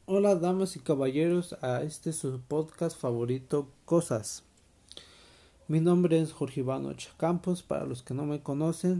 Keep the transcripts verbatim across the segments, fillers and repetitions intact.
Hola damas y caballeros a este su podcast favorito Cosas. Mi nombre es Jorge Iván Ocha Campos para los que no me conocen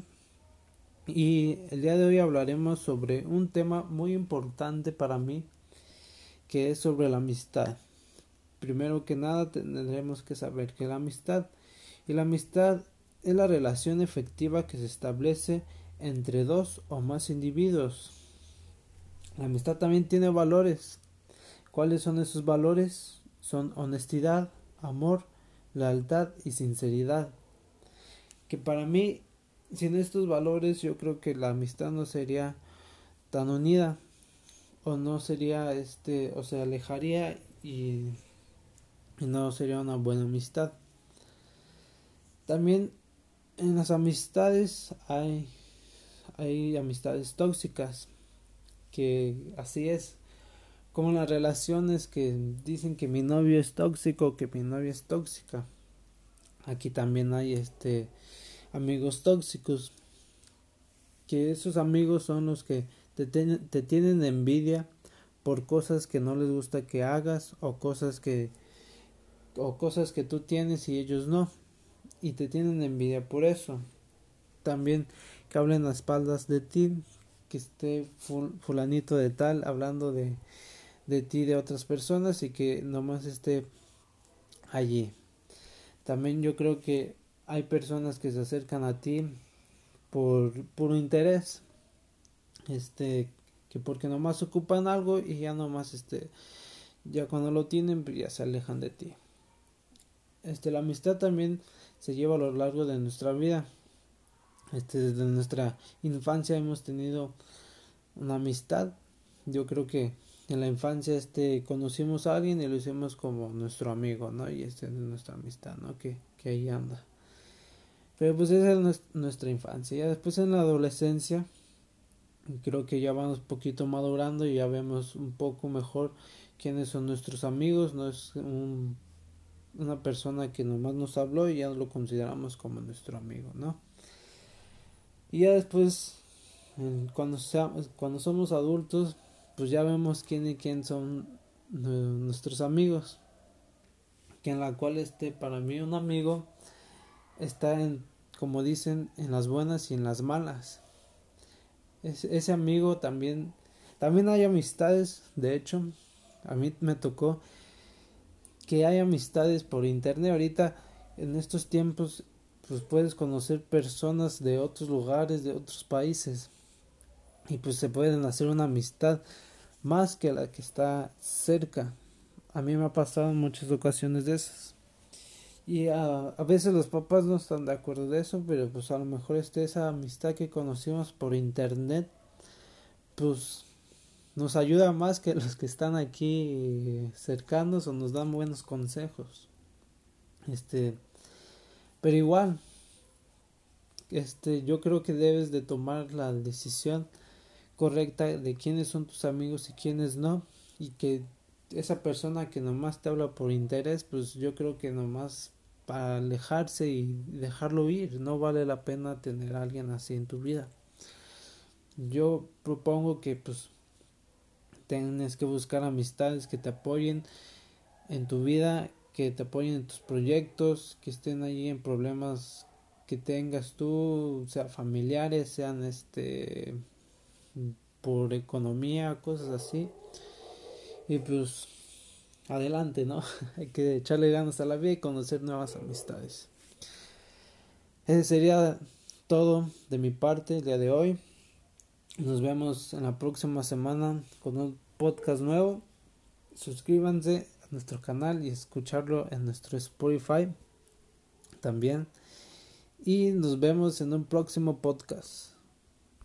y el día de hoy hablaremos sobre un tema muy importante para mí que es sobre la amistad. Primero que nada tendremos que saber que la amistad y la amistad es la relación efectiva que se establece entre dos o más individuos. La amistad también tiene valores. ¿Cuáles son esos valores? Son honestidad, amor, lealtad y sinceridad. Que para mí, sin estos valores, yo creo que la amistad no sería tan unida o no sería este, o se alejaría y, y no sería una buena amistad. También en las amistades hay hay amistades tóxicas, que así es. Como las relaciones que dicen que mi novio es tóxico, que mi novia es tóxica. Aquí también hay este amigos tóxicos, que esos amigos son los que te, ten, te tienen envidia por cosas que no les gusta que hagas o cosas que o cosas que tú tienes y ellos no, y te tienen envidia por eso. También que hablen a espaldas de ti, que esté ful, fulanito de tal hablando de de ti de otras personas y que nomás esté allí. También yo creo que hay personas que se acercan a ti por puro interés, este, que porque nomás ocupan algo y ya nomás este, ya cuando lo tienen pues ya se alejan de ti. Este, la amistad también se lleva a lo largo de nuestra vida. Este, desde nuestra infancia hemos tenido una amistad. Yo creo que en la infancia este conocimos a alguien y lo hicimos como nuestro amigo, ¿no? Y este es nuestra amistad, ¿no? Que, que ahí anda. Pero pues esa es nuestra infancia. Ya después en la adolescencia creo que ya vamos un poquito madurando y ya vemos un poco mejor quiénes son nuestros amigos. No es un, una persona que nomás nos habló y ya lo consideramos como nuestro amigo, ¿no? Y ya después, cuando, sea, cuando somos adultos, pues ya vemos quién y quién son nuestros amigos. Que en la cual este, para mí un amigo está en, como dicen, en las buenas y en las malas. Es, ese amigo también, también hay amistades, de hecho, a mí me tocó que hay amistades por internet. Ahorita, en estos tiempos, pues puedes conocer personas de otros lugares, de otros países. Y pues se pueden hacer una amistad más que la que está cerca. A mí me ha pasado en muchas ocasiones de esas. Y a, a veces los papás no están de acuerdo de eso, pero pues a lo mejor este, esa amistad que conocimos por internet, pues nos ayuda más que los que están aquí cercanos o nos dan buenos consejos. Este, pero igual, este, yo creo que debes de tomar la decisión correcta de quiénes son tus amigos y quiénes no, y que esa persona que nomás te habla por interés, pues yo creo que nomás para alejarse y dejarlo ir, no vale la pena tener a alguien así en tu vida. Yo propongo que pues tienes que buscar amistades que te apoyen en tu vida, que te apoyen en tus proyectos, que estén ahí en problemas que tengas tú, sea familiares, sean este por economía, cosas así. Y pues adelante, ¿no? Hay que echarle ganas a la vida y conocer nuevas amistades. Ese sería todo de mi parte el día de hoy. Nos vemos en la próxima semana con un podcast nuevo. Suscríbanse a nuestro canal y escucharlo en nuestro Spotify también. Y nos vemos en un próximo podcast.